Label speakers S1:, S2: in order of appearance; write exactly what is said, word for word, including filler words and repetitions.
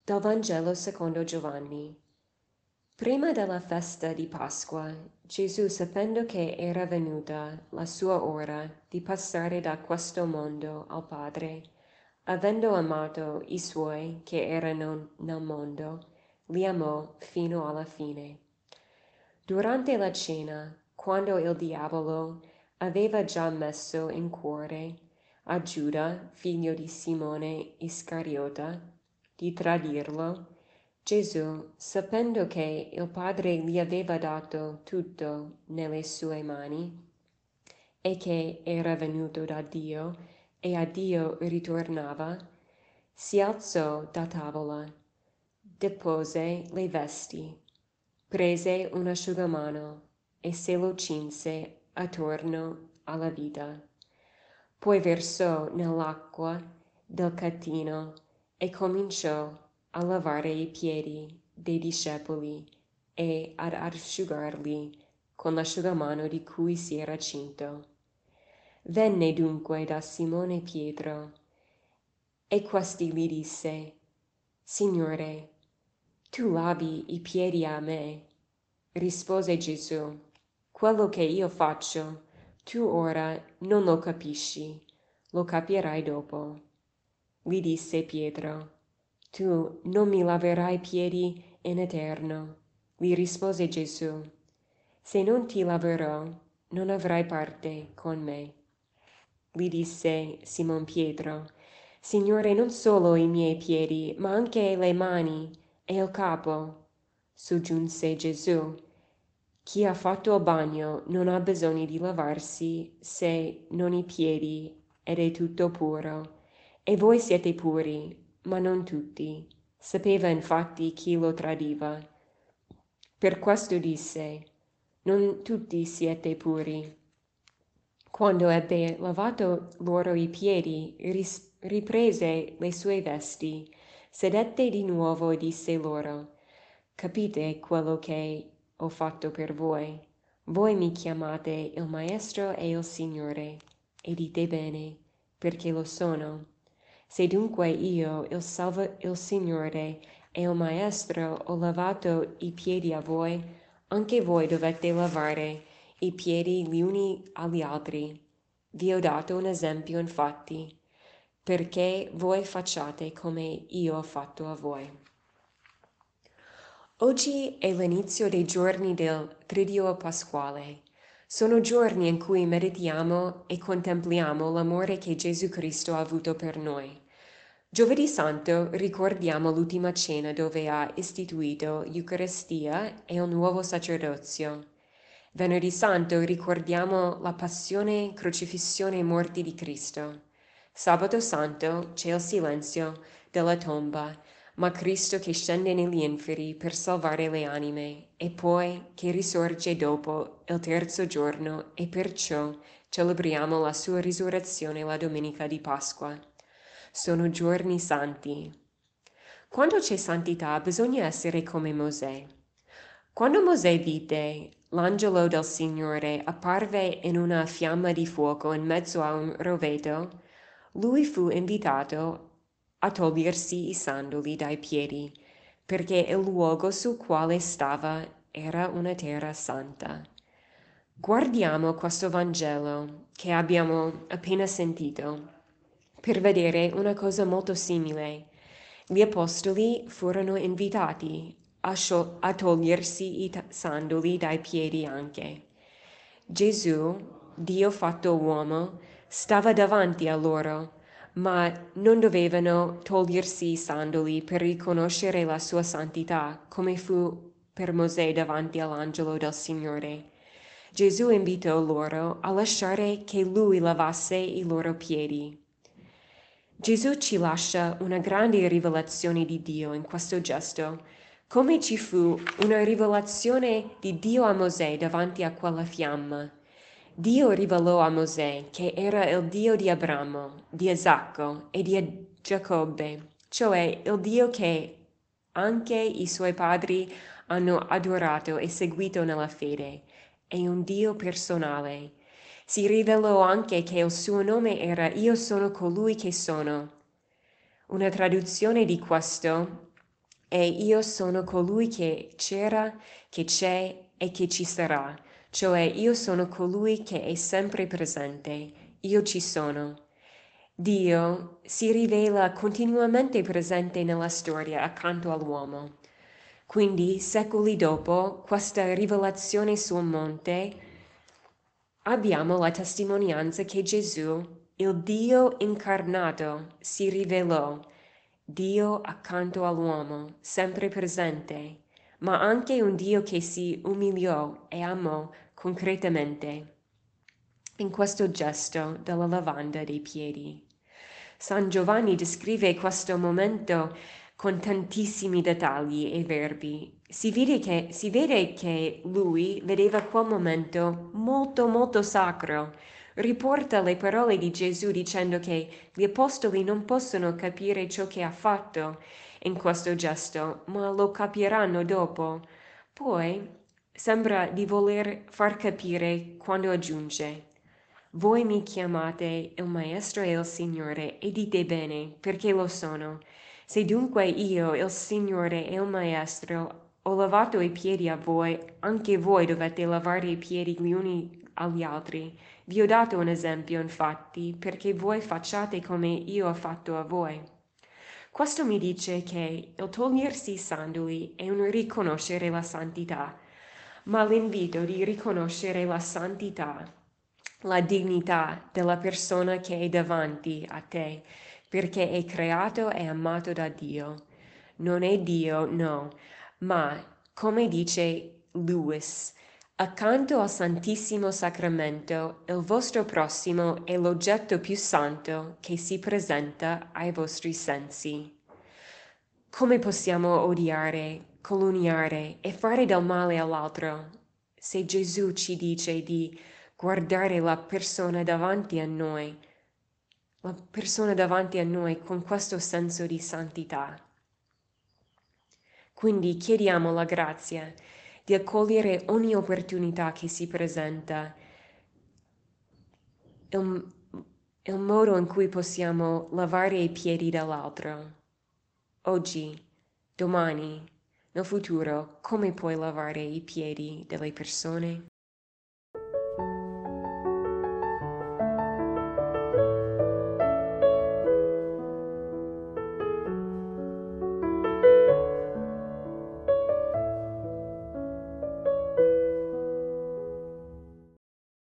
S1: Dal Vangelo secondo Giovanni. Prima della festa di Pasqua, Gesù, sapendo che era venuta la sua ora di passare da questo mondo al Padre, avendo amato i suoi che erano nel mondo, li amò fino alla fine. Durante la cena, quando il diavolo aveva già messo in cuore a Giuda, figlio di Simone Iscariota, di tradirlo, Gesù, sapendo che il Padre gli aveva dato tutto nelle sue mani e che era venuto da Dio e a Dio ritornava, si alzò da tavola, depose le vesti, prese un asciugamano e se lo cinse attorno alla vita. Poi versò nell'acqua del catino e cominciò a lavare i piedi dei discepoli e ad asciugarli con l'asciugamano di cui si era cinto. Venne dunque da Simone Pietro e questi gli disse: Signore, tu lavi i piedi a me? Rispose Gesù: Quello che io faccio, tu ora non lo capisci, lo capirai dopo. Gli disse Pietro: Tu non mi laverai i piedi in eterno. Gli rispose Gesù: Se non ti laverò, non avrai parte con me. Gli disse Simon Pietro: Signore, non solo i miei piedi, ma anche le mani e il capo. Soggiunse Gesù: Chi ha fatto il bagno non ha bisogno di lavarsi se non i piedi ed è tutto puro. E voi siete puri, ma non tutti. Sapeva infatti chi lo tradiva. Per questo disse: Non tutti siete puri. Quando ebbe lavato loro i piedi, ris- riprese le sue vesti, sedette di nuovo e disse loro: Capite quello che ho fatto per voi? Voi mi chiamate il Maestro e il Signore, e dite bene, perché lo sono. Se dunque io, il, salvo, il Signore e il Maestro, ho lavato i piedi a voi, anche voi dovete lavare i piedi gli uni agli altri. Vi ho dato un esempio infatti, perché voi facciate come io ho fatto a voi. Oggi è l'inizio dei giorni del Triduo Pasquale. Sono giorni in cui meditiamo e contempliamo l'amore che Gesù Cristo ha avuto per noi. Giovedì Santo ricordiamo l'ultima cena dove ha istituito l'Eucaristia e un nuovo sacerdozio. Venerdì Santo ricordiamo la passione, crocifissione e morte di Cristo. Sabato Santo c'è il silenzio della tomba, ma Cristo che scende negli inferi per salvare le anime e poi che risorge dopo il terzo giorno e perciò celebriamo la sua risurrezione la domenica di Pasqua. Sono giorni santi. Quando c'è santità bisogna essere come Mosè. Quando Mosè vide l'angelo del Signore apparve in una fiamma di fuoco in mezzo a un roveto, lui fu invitato a togliersi i sandali dai piedi, perché il luogo sul quale stava era una terra santa. Guardiamo questo Vangelo che abbiamo appena sentito per vedere una cosa molto simile. Gli apostoli furono invitati a, scio- a togliersi i t- sandali dai piedi anche. Gesù, Dio fatto uomo, stava davanti a loro, ma non dovevano togliersi i sandali per riconoscere la sua santità, come fu per Mosè davanti all'angelo del Signore. Gesù invitò loro a lasciare che lui lavasse i loro piedi. Gesù ci lascia una grande rivelazione di Dio in questo gesto, come ci fu una rivelazione di Dio a Mosè davanti a quella fiamma. Dio rivelò a Mosè che era il Dio di Abramo, di Isacco e di Giacobbe, cioè il Dio che anche i suoi padri hanno adorato e seguito nella fede. È un Dio personale. Si rivelò anche che il suo nome era Io sono colui che sono. Una traduzione di questo E io sono colui che c'era, che c'è e che ci sarà, cioè io sono colui che è sempre presente, io ci sono. Dio si rivela continuamente presente nella storia accanto all'uomo. Quindi, secoli dopo questa rivelazione sul monte, abbiamo la testimonianza che Gesù, il Dio incarnato, si rivelò, Dio accanto all'uomo, sempre presente, ma anche un Dio che si umiliò e amò concretamente in questo gesto della lavanda dei piedi. San Giovanni descrive questo momento con tantissimi dettagli e verbi. Si vede che, si vede che lui vedeva quel momento molto molto sacro. Riporta le parole di Gesù dicendo che gli apostoli non possono capire ciò che ha fatto in questo gesto, ma lo capiranno dopo. Poi sembra di voler far capire quando aggiunge: voi mi chiamate il Maestro e il Signore e dite bene, perché lo sono. Se dunque io, il Signore e il Maestro, ho lavato i piedi a voi, anche voi dovete lavare i piedi gli uni agli altri. Vi ho dato un esempio, infatti, perché voi facciate come io ho fatto a voi. Questo mi dice che il togliersi i sandali è un riconoscere la santità, ma l'invito di riconoscere la santità, la dignità della persona che è davanti a te, perché è creato e amato da Dio. Non è Dio, no, ma come dice Lewis, accanto al Santissimo Sacramento, il vostro prossimo è l'oggetto più santo che si presenta ai vostri sensi. Come possiamo odiare, calunniare e fare del male all'altro se Gesù ci dice di guardare la persona davanti a noi, la persona davanti a noi con questo senso di santità? Quindi chiediamo la grazia di accogliere ogni opportunità che si presenta, il, il modo in cui possiamo lavare i piedi dell'altro. Oggi, domani, nel futuro, come puoi lavare i piedi delle persone?